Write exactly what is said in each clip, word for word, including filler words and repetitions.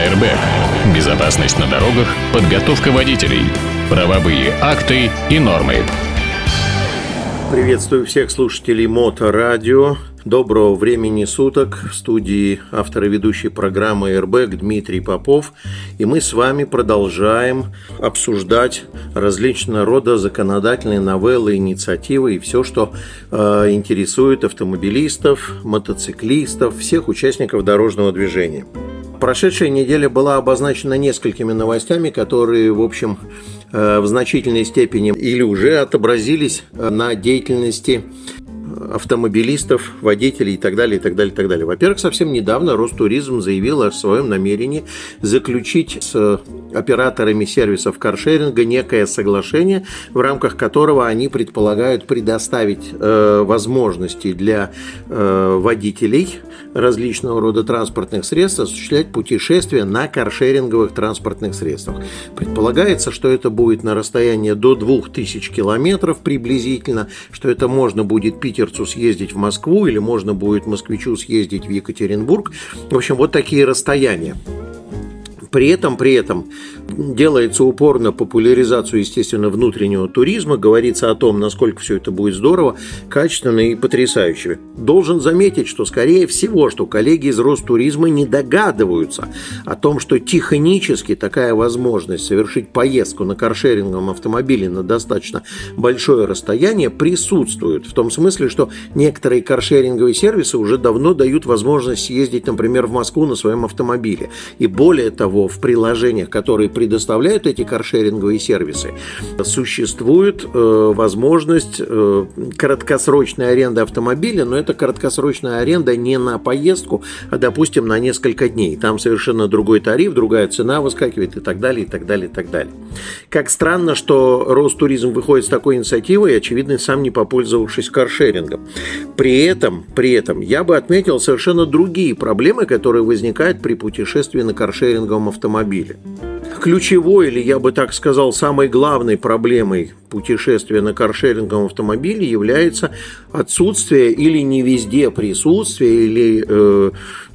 Airbag. Безопасность на дорогах, подготовка водителей, правовые акты и нормы. Приветствую всех слушателей Моторадио. Доброго времени суток. В студии автор и ведущий программы Airbag Дмитрий Попов. И мы с вами продолжаем обсуждать различного рода законодательные новеллы, инициативы и все, что э, интересует автомобилистов, мотоциклистов, всех участников дорожного движения. Прошедшая неделя была обозначена несколькими новостями, которые, в общем, в значительной степени или уже отобразились на деятельности автомобилистов, водителей и так далее, и так далее, и так далее. Во-первых, совсем недавно Ростуризм заявил о своем намерении заключить с операторами сервисов каршеринга некое соглашение, в рамках которого они предполагают предоставить э, возможности для э, водителей различного рода транспортных средств осуществлять путешествия на каршеринговых транспортных средствах. Предполагается, что это будет на расстоянии до двух тысяч километров приблизительно, что это можно будет питерцу съездить в Москву или можно будет москвичу съездить в Екатеринбург. В общем, вот такие расстояния. При этом, при этом делается упор на популяризацию, естественно, внутреннего туризма. Говорится о том, насколько все это будет здорово, качественно и потрясающе. Должен заметить, что, скорее всего, что коллеги из Ростуризма не догадываются о том, что технически такая возможность совершить поездку на каршеринговом автомобиле на достаточно большое расстояние присутствует. В том смысле, что некоторые каршеринговые сервисы уже давно дают возможность съездить, например, в Москву на своем автомобиле. И более того, в приложениях, которые предоставляют эти каршеринговые сервисы, существует э, возможность э, краткосрочной аренды автомобиля, но это краткосрочная аренда не на поездку, а, допустим, на несколько дней. Там совершенно другой тариф, другая цена выскакивает и так далее, и так далее, и так далее. Как странно, что Ростуризм выходит с такой инициативой, очевидно, сам не попользовавшись каршерингом. При этом, при этом я бы отметил совершенно другие проблемы, которые возникают при путешествии на каршеринговом автомобиле. Ключевой, или я бы так сказал, самой главной проблемой путешествия на каршеринговом автомобиле является отсутствие или не везде присутствие, или э,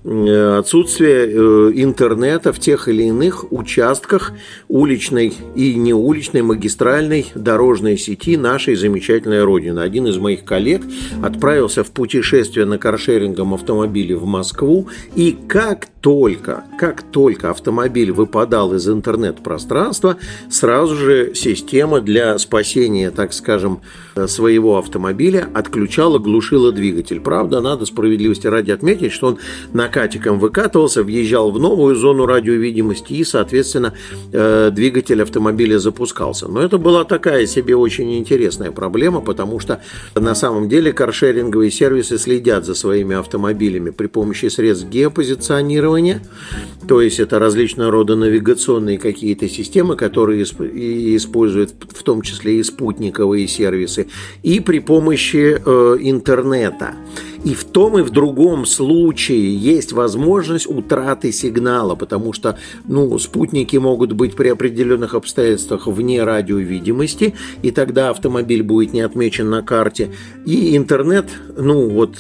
отсутствие э, интернета в тех или иных участках уличной и неуличной магистральной дорожной сети нашей замечательной родины. Один из моих коллег отправился в путешествие на каршеринговом автомобиле в Москву, и как только, как только автомобиль выпадал из интернет-пространства, сразу же система для спасения, так скажем, своего автомобиля отключала, глушила двигатель. Правда, надо справедливости ради отметить, что он накатиком выкатывался, въезжал в новую зону радиовидимости и, соответственно, двигатель автомобиля запускался. Но это была такая себе очень интересная проблема, потому что на самом деле каршеринговые сервисы следят за своими автомобилями при помощи средств геопозиционирования, то есть это различного рода навигационные какие-то системы, которые используют в том числе и спутниковые сервисы, и при помощи э, интернета. И в том и в другом случае есть возможность утраты сигнала, потому что ну, спутники могут быть при определенных обстоятельствах вне радиовидимости, и тогда автомобиль будет не отмечен на карте. И интернет, ну вот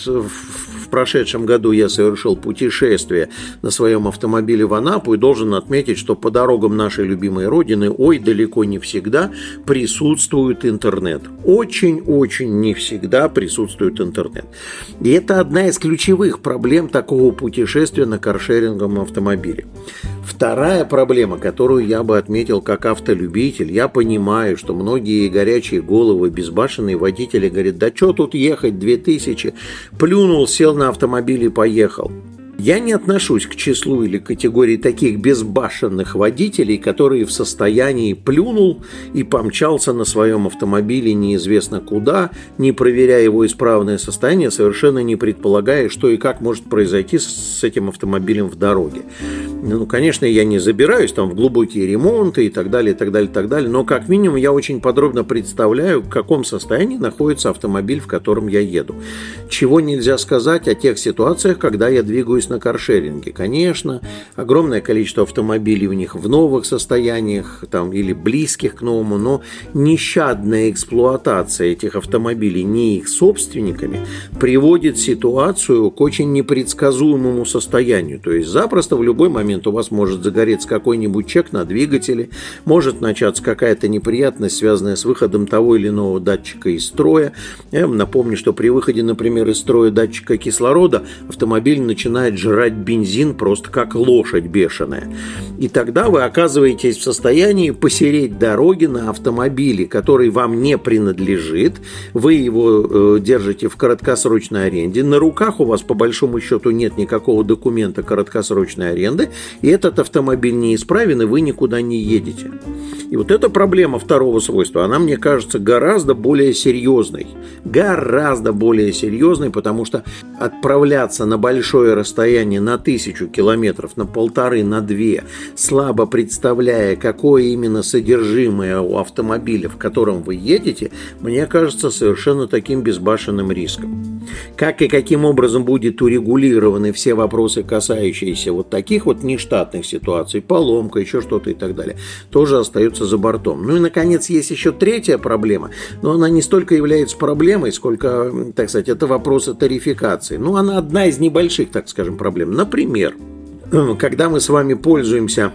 в прошедшем году я совершил путешествие на своем автомобиле в Анапу и должен отметить, что по дорогам нашей любимой родины, ой, далеко не всегда присутствует интернет. Очень-очень не всегда присутствует интернет. И это одна из ключевых проблем такого путешествия на каршеринговом автомобиле. Вторая проблема, которую я бы отметил как автолюбитель, я понимаю, что многие горячие головы, безбашенные водители говорят, да что тут ехать, две тысячи, плюнул, сел на автомобиль и поехал. Я не отношусь к числу или категории таких безбашенных водителей, которые в состоянии плюнул и помчался на своем автомобиле неизвестно куда, не проверяя его исправное состояние, совершенно не предполагая, что и как может произойти с этим автомобилем в дороге. Ну, конечно, я не забираюсь там в глубокие ремонты и так далее, и так далее, и так далее, но как минимум я очень подробно представляю, в каком состоянии находится автомобиль, в котором я еду. Чего нельзя сказать о тех ситуациях, когда я двигаюсь на каршеринге. Конечно, огромное количество автомобилей у них в новых состояниях там, или близких к новому, но нещадная эксплуатация этих автомобилей не их собственниками приводит ситуацию к очень непредсказуемому состоянию. То есть запросто в любой момент момент у вас может загореться какой-нибудь чек на двигателе, может начаться какая-то неприятность, связанная с выходом того или иного датчика из строя. Я вам напомню, что при выходе, например, из строя датчика кислорода автомобиль начинает жрать бензин просто как лошадь бешеная. И тогда вы оказываетесь в состоянии посереть дороги на автомобиле, который вам не принадлежит. Вы его э, держите в короткосрочной аренде. На руках у вас, по большому счету, нет никакого документа короткосрочной аренды. И этот автомобиль неисправен, и вы никуда не едете. И вот эта проблема второго свойства, она, мне кажется, гораздо более серьезной. Гораздо более серьезной, потому что отправляться на большое расстояние, на тысячу километров, на полторы, на две, слабо представляя, какое именно содержимое у автомобиля, в котором вы едете, мне кажется совершенно таким безбашенным риском. Как и каким образом будут урегулированы все вопросы, касающиеся вот таких вот нештатных ситуаций, поломка, еще что-то и так далее, тоже остается за бортом. Ну и, наконец, есть еще третья проблема, но она не столько является проблемой, сколько, так сказать, это вопросы тарификации. Ну, она одна из небольших, так скажем, проблем. Например, когда мы с вами пользуемся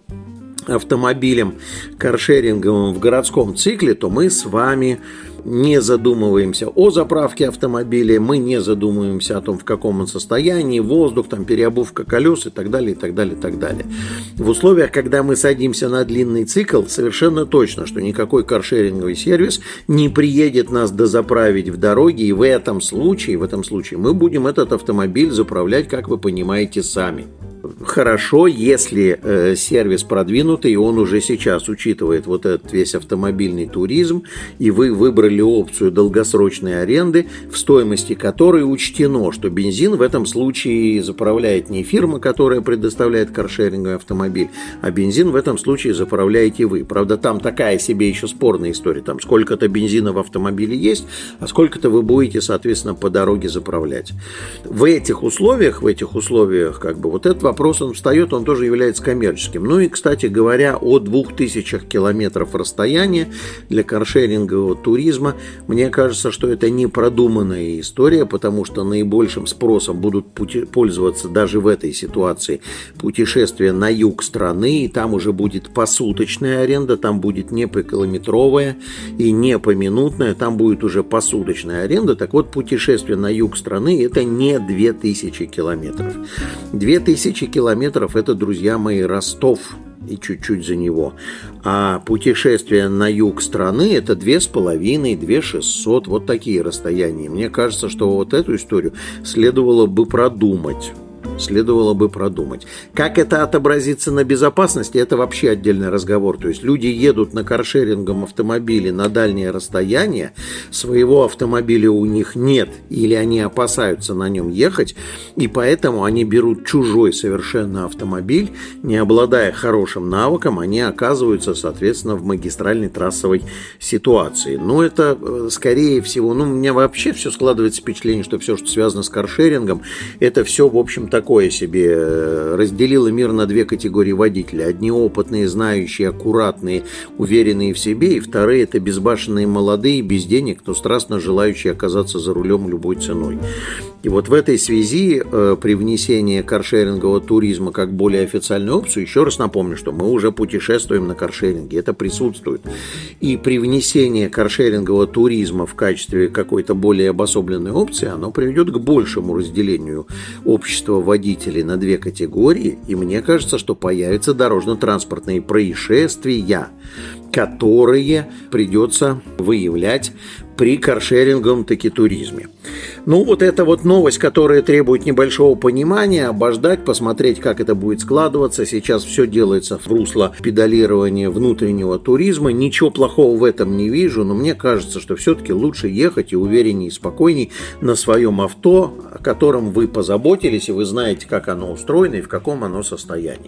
автомобилем каршеринговым в городском цикле, то мы с вами не задумываемся о заправке автомобиля, мы не задумываемся о том, в каком он состоянии, воздух, там, переобувка колес и так далее, и так далее, и так далее. В условиях, когда мы садимся на длинный цикл, совершенно точно, что никакой каршеринговый сервис не приедет нас дозаправить в дороге, и в этом случае, в этом случае мы будем этот автомобиль заправлять, как вы понимаете, сами. Хорошо, если э, сервис продвинутый, и он уже сейчас учитывает вот этот весь автомобильный туризм, и вы выбрали опцию долгосрочной аренды, в стоимости которой учтено, что бензин в этом случае заправляет не фирма, которая предоставляет каршеринговый автомобиль, а бензин в этом случае заправляете вы. Правда, там такая себе еще спорная история, там сколько-то бензина в автомобиле есть, а сколько-то вы будете, соответственно, по дороге заправлять. В этих условиях, в этих условиях, как бы, вот этот вопрос Вопрос он встает, он тоже является коммерческим. Ну и, кстати говоря, о двух тысячах километров расстояния для каршерингового туризма, мне кажется, что это не продуманная история, потому что наибольшим спросом будут пути- пользоваться даже в этой ситуации путешествия на юг страны, и там уже будет посуточная аренда, там будет не по километровая и не по минутная, там будет уже посуточная аренда. Так вот, путешествие на юг страны – это не две тысячи километров. две тысячи километров – это, друзья мои, Ростов и чуть-чуть за него. А путешествие на юг страны – это две с половиной, две шестьсот, вот такие расстояния. Мне кажется, что вот эту историю следовало бы продумать. Следовало бы продумать. Как это отобразится на безопасности, это вообще отдельный разговор. То есть люди едут на каршеринговом автомобиле на дальнее расстояние, своего автомобиля у них нет, или они опасаются на нем ехать, и поэтому они берут чужой совершенно автомобиль, не обладая хорошим навыком, они оказываются, соответственно, в магистральной трассовой ситуации. Но это, скорее всего, ну, у меня вообще все складывается впечатление, что все, что связано с каршерингом, это все, в общем-то, такое себе. Разделило мир на две категории водителей. Одни опытные, знающие, аккуратные, уверенные в себе, и вторые – это безбашенные молодые, без денег, но страстно желающие оказаться за рулем любой ценой. И вот в этой связи э, при внесении каршерингового туризма как более официальную опцию, еще раз напомню, что мы уже путешествуем на каршеринге, это присутствует. И при внесении каршерингового туризма в качестве какой-то более обособленной опции, оно приведет к большему разделению общества водителей на две категории, и мне кажется, что появятся дорожно-транспортные происшествия, которые придется выявлять при каршеринговом таки туризме. Ну, вот эта вот новость, которая требует небольшого понимания, обождать, посмотреть, как это будет складываться. Сейчас все делается в русло педалирования внутреннего туризма. Ничего плохого в этом не вижу, но мне кажется, что все-таки лучше ехать и увереннее, и спокойней на своем авто, о котором вы позаботились, и вы знаете, как оно устроено и в каком оно состоянии.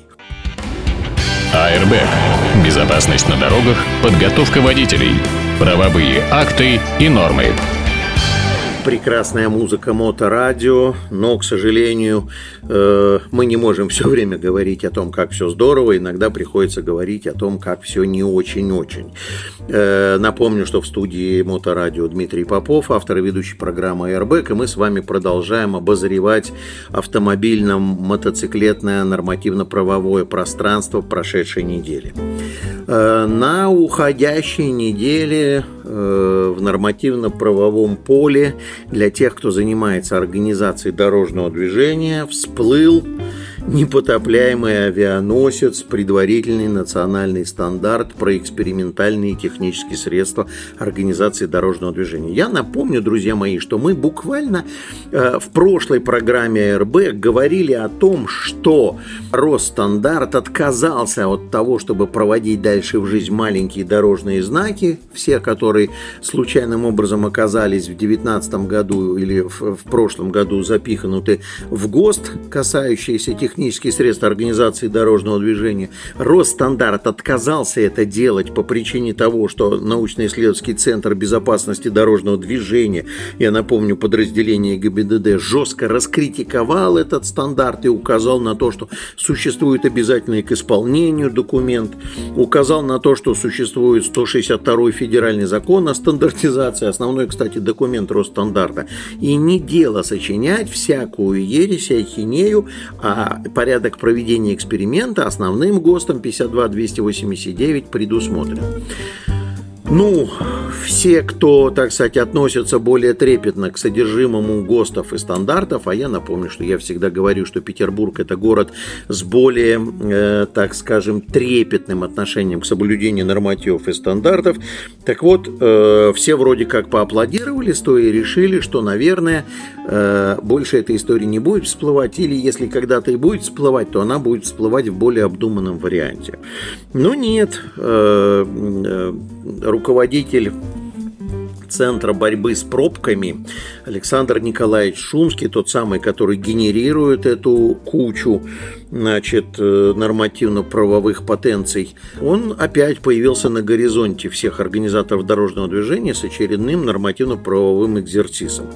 Airbag. Безопасность на дорогах, подготовка водителей, правовые акты и нормы. прекрасная музыка Моторадио, но, к сожалению, мы не можем все время говорить о том, как все здорово, иногда приходится говорить о том, как все не очень-очень. Напомню, что в студии Моторадио Дмитрий Попов, автор и ведущий программы Airbag, и мы с вами продолжаем обозревать автомобильно-мотоциклетное нормативно-правовое пространство прошедшей недели. На уходящей неделе в нормативно-правовом поле для тех, кто занимается организацией дорожного движения, всплыл непотопляемый авианосец, предварительный национальный стандарт про экспериментальные технические средства организации дорожного движения. Я напомню, друзья мои, что мы буквально э, в прошлой программе Airbag говорили о том, что Росстандарт отказался от того, чтобы проводить дальше в жизнь маленькие дорожные знаки, все, которые случайным образом оказались в две тысячи девятнадцатом году или в, в прошлом году запихнуты в ГОСТ, касающиеся технических технические средства организации дорожного движения. Росстандарт отказался это делать по причине того, что научно-исследовательский центр безопасности дорожного движения, я напомню, подразделение ГИБДД, жестко раскритиковал этот стандарт и указал на то, что существует обязательный к исполнению документ, указал на то, что существует сто шестьдесят второй федеральный закон о стандартизации, основной, кстати, документ Росстандарта. И не дело сочинять всякую ересь, ахинею, а порядок проведения эксперимента основным ГОСТом пятьдесят два двести восемьдесят девять предусмотрен. Ну, все, кто, так сказать, относятся более трепетно к содержимому ГОСТов и стандартов, а я напомню, что я всегда говорю, что Петербург – это город с более, э, так скажем, трепетным отношением к соблюдению нормативов и стандартов, так вот, э, все вроде как поаплодировали, стоя и решили, что, наверное, э, больше этой истории не будет всплывать, или если когда-то и будет всплывать, то она будет всплывать в более обдуманном варианте. Но нет, э, э, руководитель Центра борьбы с пробками Александр Николаевич Шумский, тот самый, который генерирует эту кучу, значит, нормативно-правовых потенций, он опять появился на горизонте всех организаторов дорожного движения с очередным нормативно-правовым экзерсисом.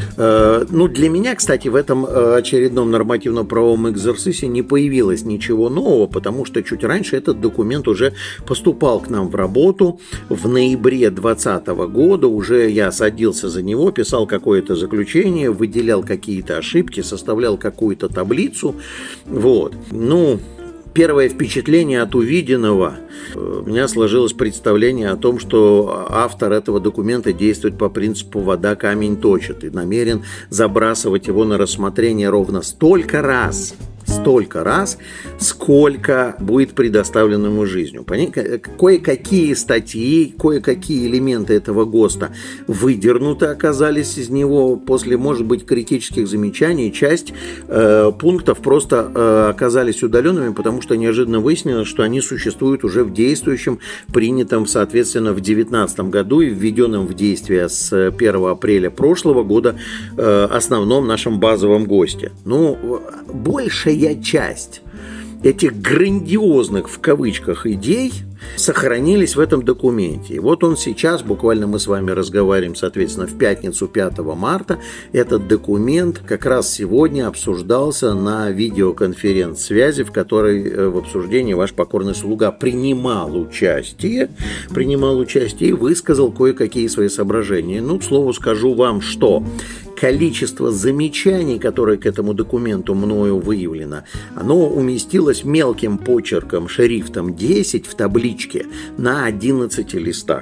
Ну, для меня, кстати, в этом очередном нормативно-правовом экзерсисе не появилось ничего нового, потому что чуть раньше этот документ уже поступал к нам в работу. В ноябре двадцатого года уже я садился за него, писал какое-то заключение, выделял какие-то ошибки, составлял какую-то таблицу. Вот. Ну, первое впечатление от увиденного, у меня сложилось представление о том, что автор этого документа действует по принципу «вода камень точит» и намерен забрасывать его на рассмотрение ровно столько раз, столько раз, сколько будет предоставлено ему жизнью. Кое-какие статьи, кое-какие элементы этого ГОСТа выдернуты оказались из него после, может быть, критических замечаний. Часть э, пунктов просто э, оказались удаленными, потому что неожиданно выяснилось, что они существуют уже в действующем, принятом, соответственно, в две тысячи девятнадцатом году и введенном в действие с первого апреля прошлого года э, основном нашем базовом ГОСТе. Ну, большая часть этих грандиозных, в кавычках, идей сохранились в этом документе. И вот он сейчас, буквально мы с вами разговариваем, соответственно, в пятницу пятого марта, этот документ как раз сегодня обсуждался на видеоконференц-связи, в которой в обсуждении ваш покорный слуга принимал участие, принимал участие и высказал кое-какие свои соображения. Ну, к слову, скажу вам, что количество замечаний, которое к этому документу мною выявлено, оно уместилось мелким почерком, шрифтом десять в табличке на одиннадцати листах.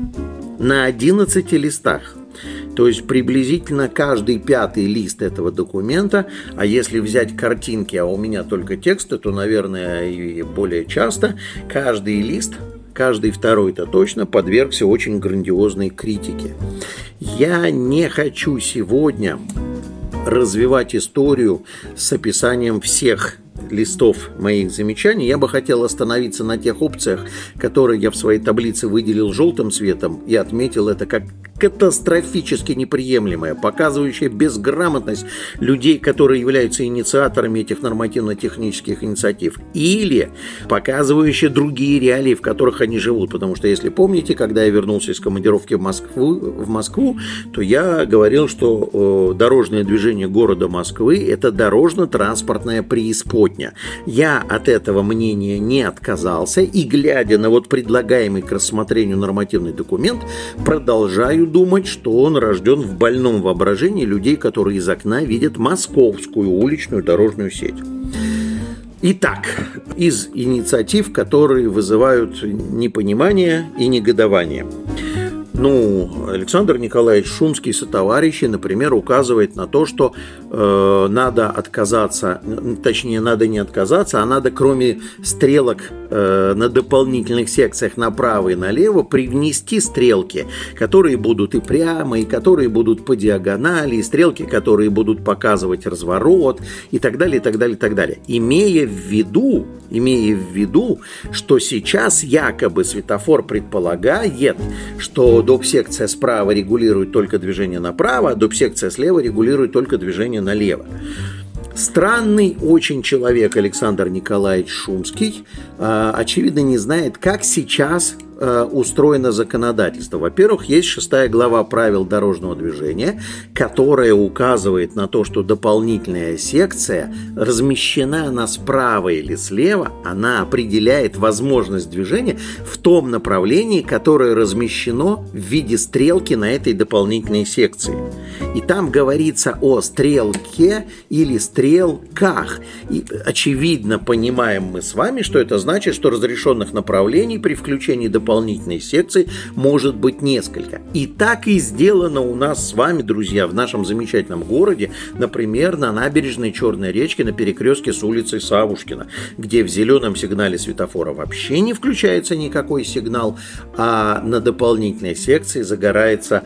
На одиннадцати листах. То есть приблизительно каждый пятый лист этого документа, а если взять картинки, а у меня только тексты, то, наверное, и более часто, каждый лист, каждый второй-то точно подвергся очень грандиозной критике. Я не хочу сегодня развивать историю с описанием всех листов моих замечаний. Я бы хотел остановиться на тех опциях, которые я в своей таблице выделил желтым цветом и отметил это как катастрофически неприемлемая, показывающая безграмотность людей, которые являются инициаторами этих нормативно-технических инициатив, или показывающая другие реалии, в которых они живут. Потому что, если помните, когда я вернулся из командировки в Москву, в Москву то я говорил, что э, дорожное движение города Москвы – это дорожно-транспортная преисподня. Я от этого мнения не отказался, и, глядя на вот предлагаемый к рассмотрению нормативный документ, продолжаю думать, что он рожден в больном воображении людей, которые из окна видят московскую уличную дорожную сеть. Итак, из инициатив, которые вызывают непонимание и негодование. Ну, Александр Николаевич Шумский со товарищи, например, указывает на то, что э, надо отказаться, точнее, надо не отказаться, а надо, кроме стрелок э, на дополнительных секциях направо и налево, привнести стрелки, которые будут и прямо, и которые будут по диагонали, и стрелки, которые будут показывать разворот, и так далее, и так далее, и так далее. Имея в виду, имея в виду, что сейчас якобы светофор предполагает, что доп-секция справа регулирует только движение направо, а доп-секция слева регулирует только движение налево. Странный очень человек Александр Николаевич Шумский, очевидно, не знает, как сейчас устроено законодательство. Во-первых, есть шестая глава правил дорожного движения, которая указывает на то, что дополнительная секция, размещена она справа или слева, она определяет возможность движения в том направлении, которое размещено в виде стрелки на этой дополнительной секции. И там говорится о стрелке или стрелках. И очевидно понимаем мы с вами, что это значит, что разрешенных направлений при включении дополнительной дополнительной секции может быть несколько. И так и сделано у нас с вами, друзья, в нашем замечательном городе, например, на набережной Черной речки на перекрестке с улицей Савушкина, где в зеленом сигнале светофора вообще не включается никакой сигнал, а на дополнительной секции загораются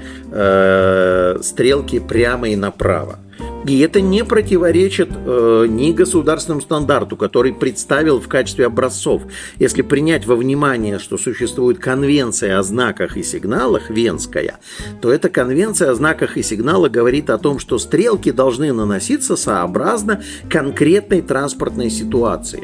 э, стрелки прямо и направо. И это не противоречит э, ни государственному стандарту, который представил в качестве образцов. Если принять во внимание, что существует конвенция о знаках и сигналах, Венская, то эта конвенция о знаках и сигналах говорит о том, что стрелки должны наноситься сообразно конкретной транспортной ситуации.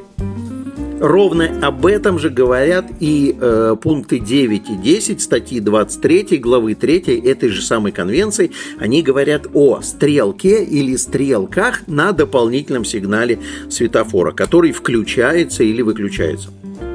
Ровно об этом же говорят и э, пункты девять и десять статьи двадцать три главы три этой же самой конвенции. Они говорят о стрелке или стрелках на дополнительном сигнале светофора, который включается или выключается.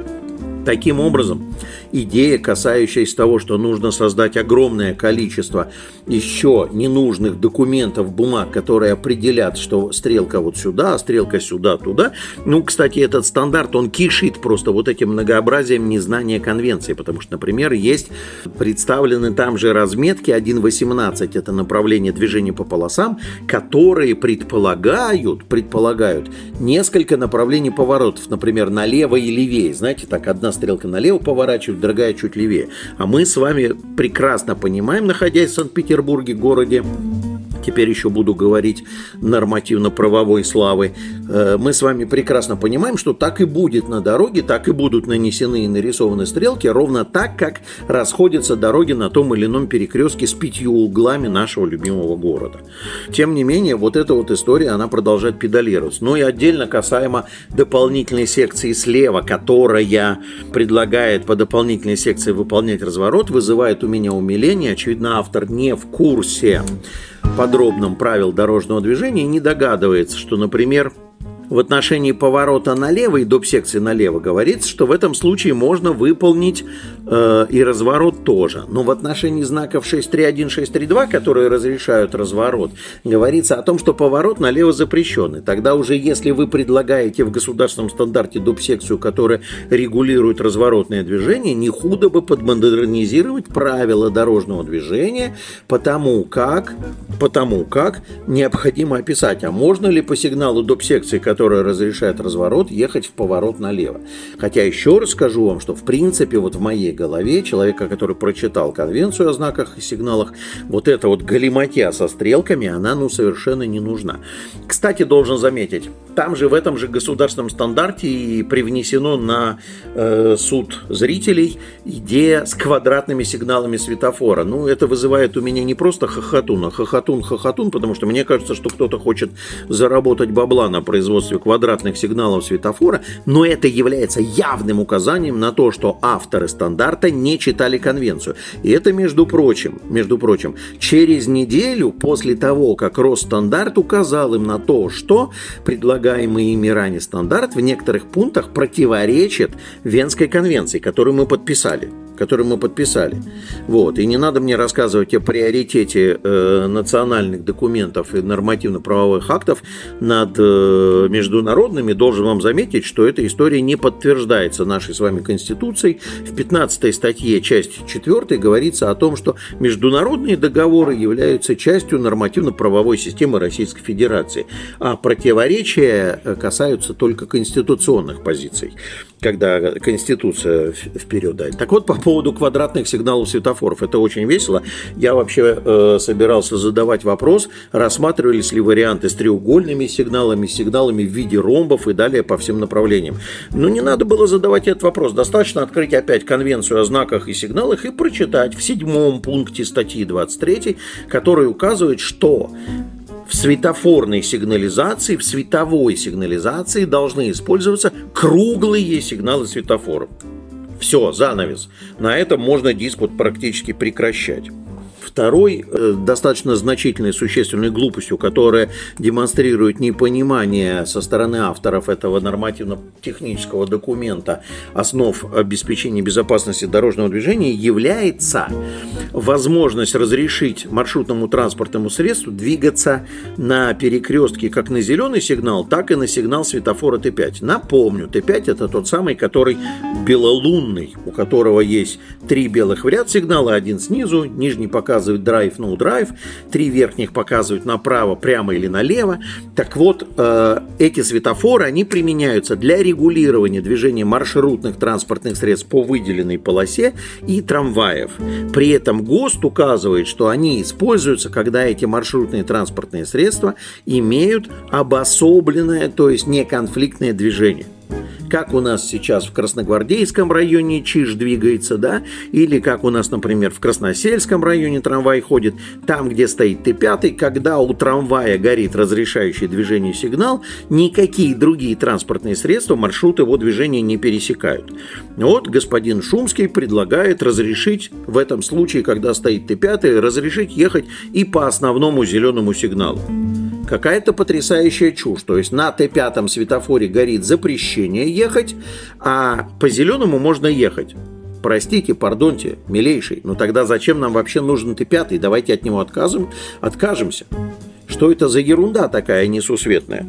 Таким образом, идея, касающаяся того, что нужно создать огромное количество еще ненужных документов, бумаг, которые определят, что стрелка вот сюда, а стрелка сюда, туда. Ну, кстати, этот стандарт, он кишит просто вот этим многообразием незнания конвенции, потому что, например, есть представлены там же разметки один восемнадцать, это направление движения по полосам, которые предполагают, предполагают несколько направлений поворотов, например, налево и левее. Знаете, так, одна стрелка налево поворачивает, другая чуть левее. А мы с вами прекрасно понимаем, находясь в Санкт-Петербурге, городе, теперь еще буду говорить нормативно-правовой славы, мы с вами прекрасно понимаем, что так и будет на дороге, так и будут нанесены и нарисованы стрелки, ровно так, как расходятся дороги на том или ином перекрестке с пятью углами нашего любимого города. Тем не менее, вот эта вот история, она продолжает педалироваться. Ну и отдельно касаемо дополнительной секции слева, которая предлагает по дополнительной секции выполнять разворот, вызывает у меня умиление. Очевидно, автор не в курсе подробном правил дорожного движения и не догадывается, что, например, в отношении поворота налево и доп-секции налево говорится, что в этом случае можно выполнить э, и разворот тоже. Но в отношении знаков шесть три один, шесть три два, которые разрешают разворот, говорится о том, что поворот налево запрещенный. Тогда уже если вы предлагаете в государственном стандарте доп-секцию, которая регулирует разворотное движение, не худо бы подмодернизировать правила дорожного движения, потому как, потому как необходимо описать, а можно ли по сигналу доп-секции, который которая разрешает разворот, ехать в поворот налево. Хотя еще раз скажу вам, что в принципе вот в моей голове человека, который прочитал Конвенцию о знаках и сигналах, вот эта вот галиматья со стрелками, она ну совершенно не нужна. Кстати, должен заметить, там же в этом же государственном стандарте и привнесено на э, суд зрителей идея с квадратными сигналами светофора. Ну, это вызывает у меня не просто хохотун, а хохотун-хохотун, потому что мне кажется, что кто-то хочет заработать бабла на производстве квадратных сигналов светофора, но это является явным указанием на то, что авторы стандарта не читали конвенцию. И это, между прочим, между прочим, через неделю после того, как Росстандарту указал им на то, что предлагаемый ими ранее стандарт в некоторых пунктах противоречит Венской конвенции, которую мы подписали. Который мы подписали. Вот. И не надо мне рассказывать о приоритете э, национальных документов и нормативно-правовых актов над э, международными. Должен вам заметить, что эта история не подтверждается нашей с вами Конституцией. В пятнадцатой статье, часть четвёртой, говорится о том, что международные договоры являются частью нормативно-правовой системы Российской Федерации, а противоречия касаются только конституционных позиций, когда Конституция вперед дает. Так вот, по поводу квадратных сигналов светофоров. Это очень весело. Я вообще э, собирался задавать вопрос, рассматривались ли варианты с треугольными сигналами, сигналами в виде ромбов и далее по всем направлениям. Но не надо было задавать этот вопрос. Достаточно открыть опять Конвенцию о знаках и сигналах и прочитать в седьмом пункте статьи двадцать третьей, который указывает, что в светофорной сигнализации, в световой сигнализации должны использоваться круглые сигналы светофоров. Все, занавес. На этом можно диспут практически прекращать. Второй, э, достаточно значительной, существенной глупостью, которая демонстрирует непонимание со стороны авторов этого нормативно-технического документа основ обеспечения безопасности дорожного движения, является возможность разрешить маршрутному транспортному средству двигаться на перекрестке как на зеленый сигнал, так и на сигнал светофора Т пять. Напомню, Т пять – это тот самый, который белолунный, у которого есть три белых в ряд сигнала, один снизу, нижний показывает драйв, no драйв, три верхних показывают направо, прямо или налево. Так вот, э, эти светофоры, они применяются для регулирования движения маршрутных транспортных средств по выделенной полосе и трамваев. При этом ГОСТ указывает, что они используются, когда эти маршрутные транспортные средства имеют обособленное, то есть неконфликтное движение. Как у нас сейчас в Красногвардейском районе ЧИЖ двигается, да, или как у нас, например, в Красносельском районе трамвай ходит, там, где стоит Т пять, когда у трамвая горит разрешающий движение сигнал, никакие другие транспортные средства маршрут его движения не пересекают. Вот господин Шумский предлагает разрешить в этом случае, когда стоит Т пять, разрешить ехать и по основному зеленому сигналу. Какая-то потрясающая чушь. То есть на Т пятом светофоре горит запрещение ехать, а по зеленому можно ехать. Простите, пардоньте, милейший, но тогда зачем нам вообще нужен Т пять? Давайте от него отказываем, откажемся. Что это за ерунда такая несусветная?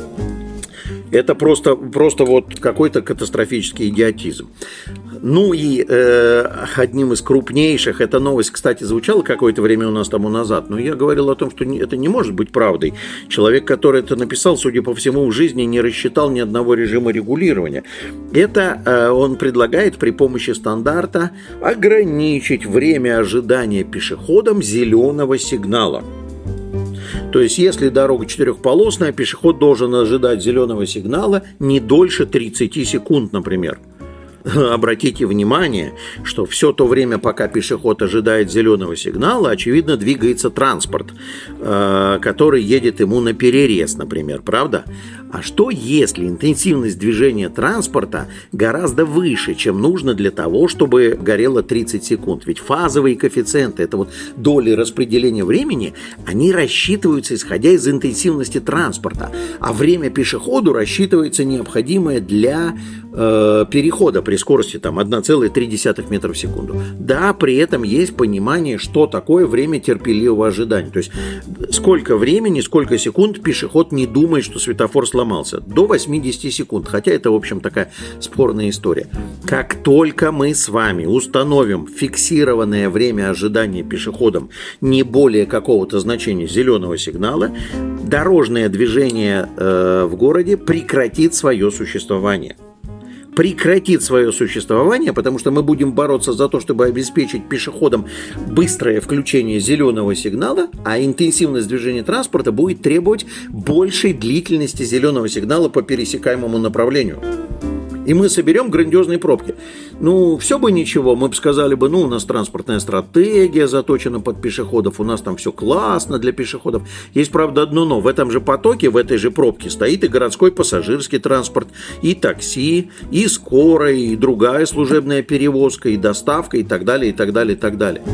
Это просто, просто вот какой-то катастрофический идиотизм. Ну и э, одним из крупнейших, эта новость, кстати, звучала какое-то время у нас тому назад, но я говорил о том, что это не может быть правдой. Человек, который это написал, судя по всему, в жизни не рассчитал ни одного режима регулирования. Это э, он предлагает при помощи стандарта ограничить время ожидания пешеходом зеленого сигнала. То есть, если дорога четырехполосная, пешеход должен ожидать зеленого сигнала не дольше тридцати секунд, например. Обратите внимание, что все то время, пока пешеход ожидает зеленого сигнала, очевидно, двигается транспорт, который едет ему на перерез, например, правда? А что, если интенсивность движения транспорта гораздо выше, чем нужно для того, чтобы горело тридцать секунд? Ведь фазовые коэффициенты, это вот доли распределения времени, они рассчитываются исходя из интенсивности транспорта, а время пешеходу рассчитывается необходимое для э, перехода при скорости там одна целая три десятых метра в секунду. Да, при этом есть понимание, что такое время терпеливого ожидания. То есть сколько времени, сколько секунд пешеход не думает, что светофор сломался. До восемьдесят секунд. Хотя это, в общем, такая спорная история. Как только мы с вами установим фиксированное время ожидания пешеходом не более какого-то значения зеленого сигнала, дорожное движение э, в городе прекратит свое существование. Прекратит свое существование, потому что мы будем бороться за то, чтобы обеспечить пешеходам быстрое включение зеленого сигнала, а интенсивность движения транспорта будет требовать большей длительности зеленого сигнала по пересекаемому направлению. И мы соберем грандиозные пробки. Ну, все бы ничего, мы бы сказали бы, ну, у нас транспортная стратегия заточена под пешеходов, у нас там все классно для пешеходов. Есть, правда, одно но. В этом же потоке, в этой же пробке стоит и городской пассажирский транспорт, и такси, и скорая, и другая служебная перевозка, и доставка, и так далее, и так далее, и так далее.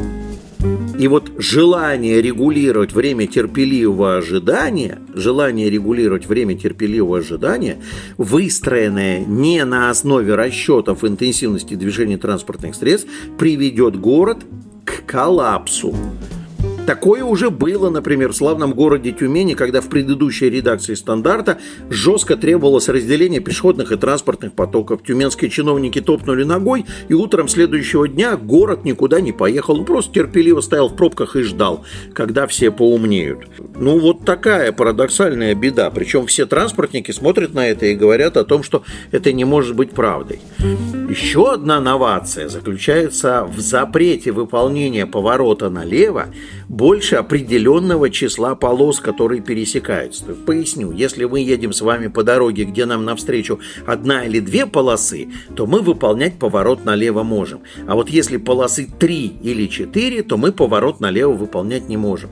И вот желание регулировать время терпеливого ожидания, желание регулировать время терпеливого ожидания, выстроенное не на основе расчетов интенсивности движения транспортных средств, приведет город к коллапсу. Такое уже было, например, в славном городе Тюмени, когда в предыдущей редакции стандарта жестко требовалось разделение пешеходных и транспортных потоков. Тюменские чиновники топнули ногой, и утром следующего дня город никуда не поехал. Он просто терпеливо стоял в пробках и ждал, когда все поумнеют. Ну, вот такая парадоксальная беда. Причем все транспортники смотрят на это и говорят о том, что это не может быть правдой. Еще одна новация заключается в запрете выполнения поворота налево больше определенного числа полос, которые пересекаются. Поясню, если мы едем с вами по дороге, где нам навстречу одна или две полосы, то мы выполнять поворот налево можем. А вот если полосы три или четыре, то мы поворот налево выполнять не можем.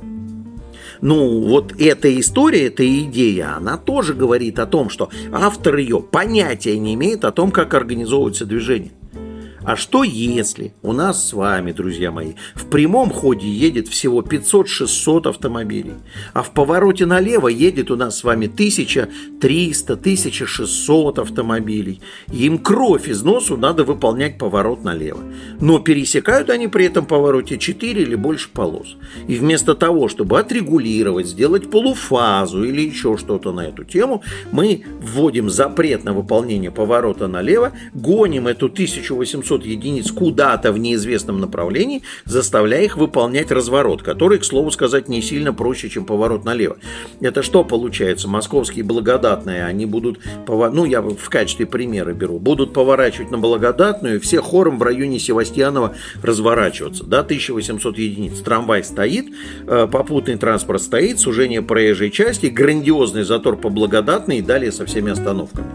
Ну, вот эта история, эта идея, она тоже говорит о том, что автор ее понятия не имеет о том, как организовывается движение. А что если у нас с вами, друзья мои, в прямом ходе едет всего пятьсот-шестьсот автомобилей, а в повороте налево едет у нас с вами тысяча триста - тысяча шестьсот автомобилей. Им кровь из носу, надо выполнять поворот налево. Но пересекают они при этом повороте четыре или больше полос. И вместо того, чтобы отрегулировать, сделать полуфазу или еще что-то на эту тему, мы вводим запрет на выполнение поворота налево, гоним эту тысячу восемьсот единиц куда-то в неизвестном направлении, заставляя их выполнять разворот, который, к слову сказать, не сильно проще, чем поворот налево. Это что получается? Московские благодатные, они будут, повор... ну я в качестве примера беру, будут поворачивать на благодатную, все хором в районе Севастьянова разворачиваться, да, тысяча восемьсот единиц. Трамвай стоит, попутный транспорт стоит, сужение проезжей части, грандиозный затор по благодатной и далее со всеми остановками.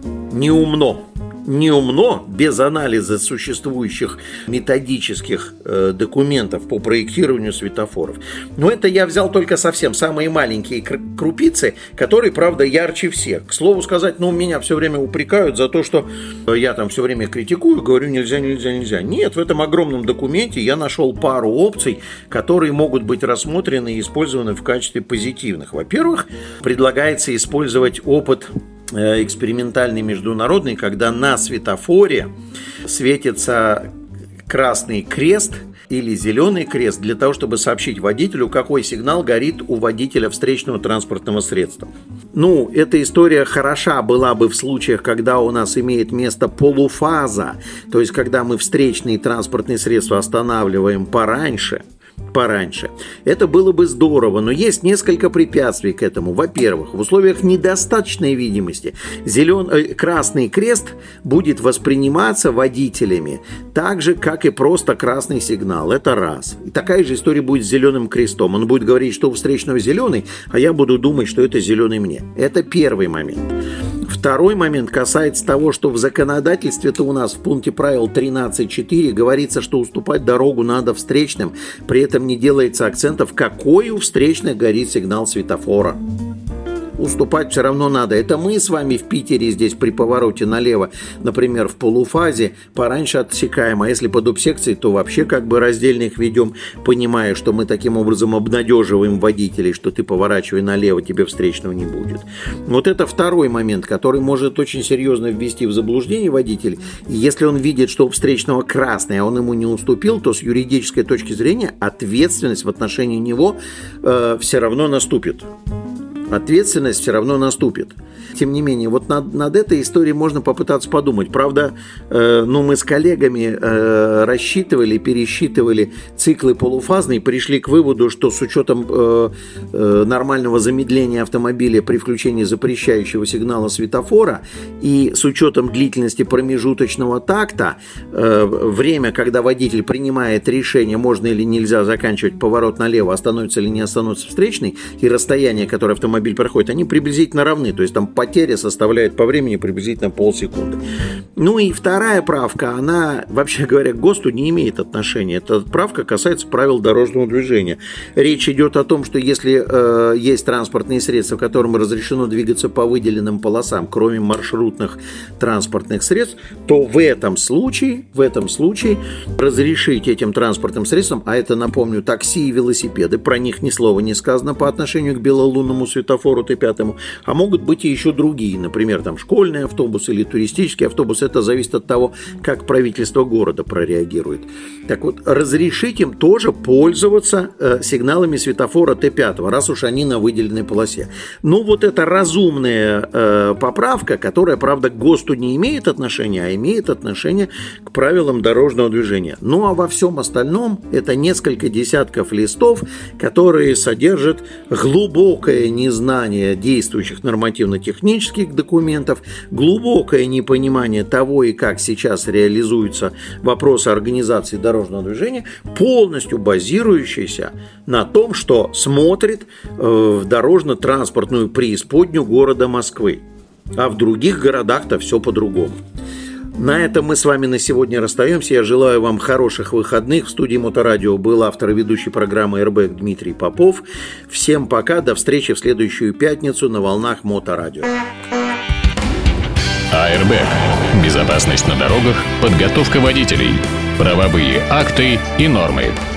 Неумно. Неумно, без анализа существующих методических э, документов по проектированию светофоров. Но это я взял только совсем самые маленькие крупицы, которые, правда, ярче всех. К слову сказать, ну, меня все время упрекают за то, что я там все время критикую, говорю, нельзя, нельзя, нельзя. Нет, в этом огромном документе я нашел пару опций, которые могут быть рассмотрены и использованы в качестве позитивных. Во-первых, предлагается использовать опыт экспериментальный международный, когда на светофоре светится красный крест или зеленый крест для того, чтобы сообщить водителю, какой сигнал горит у водителя встречного транспортного средства. Ну, эта история хороша была бы в случаях, когда у нас имеет место полуфаза, то есть когда мы встречные транспортные средства останавливаем пораньше, пораньше. Это было бы здорово, но есть несколько препятствий к этому. Во-первых, в условиях недостаточной видимости зелен... э, красный крест будет восприниматься водителями так же, как и просто красный сигнал. Это раз. И такая же история будет с зеленым крестом. Он будет говорить, что у встречного зеленый, а я буду думать, что это зеленый мне. Это первый момент. Второй момент касается того, что в законодательстве-то у нас в пункте правил тринадцать четыре говорится, что уступать дорогу надо встречным, при этом не делается акцентов, какой у встречных горит сигнал светофора. уступать все равно надо. Это мы с вами в Питере здесь при повороте налево, например, в полуфазе пораньше отсекаем, а если по дубсекции, то вообще как бы раздельно их ведем, понимая, что мы таким образом обнадеживаем водителей, что ты поворачивай налево, тебе встречного не будет. Вот это второй момент, который может очень серьезно ввести в заблуждение водителя. Если он видит, что у встречного красный, а он ему не уступил, то с юридической точки зрения ответственность в отношении него э, все равно наступит. Ответственность все равно наступит. Тем не менее, вот над, над этой историей можно попытаться подумать. Правда, э, ну, мы с коллегами э, рассчитывали, пересчитывали циклы полуфазные, пришли к выводу, что с учетом э, э, нормального замедления автомобиля при включении запрещающего сигнала светофора и с учетом длительности промежуточного такта, э, время, когда водитель принимает решение, можно или нельзя заканчивать поворот налево, остановится или не остановится встречный, и расстояние, которое автомобиль проходит, они приблизительно равны. То есть там потеря составляет по времени приблизительно полсекунды. Ну и вторая правка, она, вообще говоря, к ГОСТу не имеет отношения. Эта правка касается правил дорожного движения. Речь идет о том, что если э, есть транспортные средства, которым разрешено двигаться по выделенным полосам, кроме маршрутных транспортных средств, то в этом случае, в этом случае разрешить этим транспортным средствам, а это, напомню, такси и велосипеды, про них ни слова не сказано по отношению к белолунному светофору Т пять, а могут быть и еще другие, например, там школьный автобус или туристический автобус, это зависит от того, как правительство города прореагирует. Так вот, разрешить им тоже пользоваться э, сигналами светофора Т пять, раз уж они на выделенной полосе. Ну, вот это разумная э, поправка, которая, правда, к ГОСТу не имеет отношения, а имеет отношение к правилам дорожного движения. Ну, а во всем остальном это несколько десятков листов, которые содержат глубокое незнание действующих нормативно-технических документов, глубокое непонимание того и как сейчас реализуются вопросы организации дорожного движения, полностью базирующийся на том, что смотрит в дорожно-транспортную преисподнюю города Москвы. А в других городах-то все по-другому. На этом мы с вами на сегодня расстаемся. Я желаю вам хороших выходных. В студии Моторадио был автор и ведущий программы «Airbag» Дмитрий Попов. Всем пока, до встречи в следующую пятницу на волнах Моторадио. Airbag. Безопасность на дорогах, подготовка водителей, правовые акты и нормы.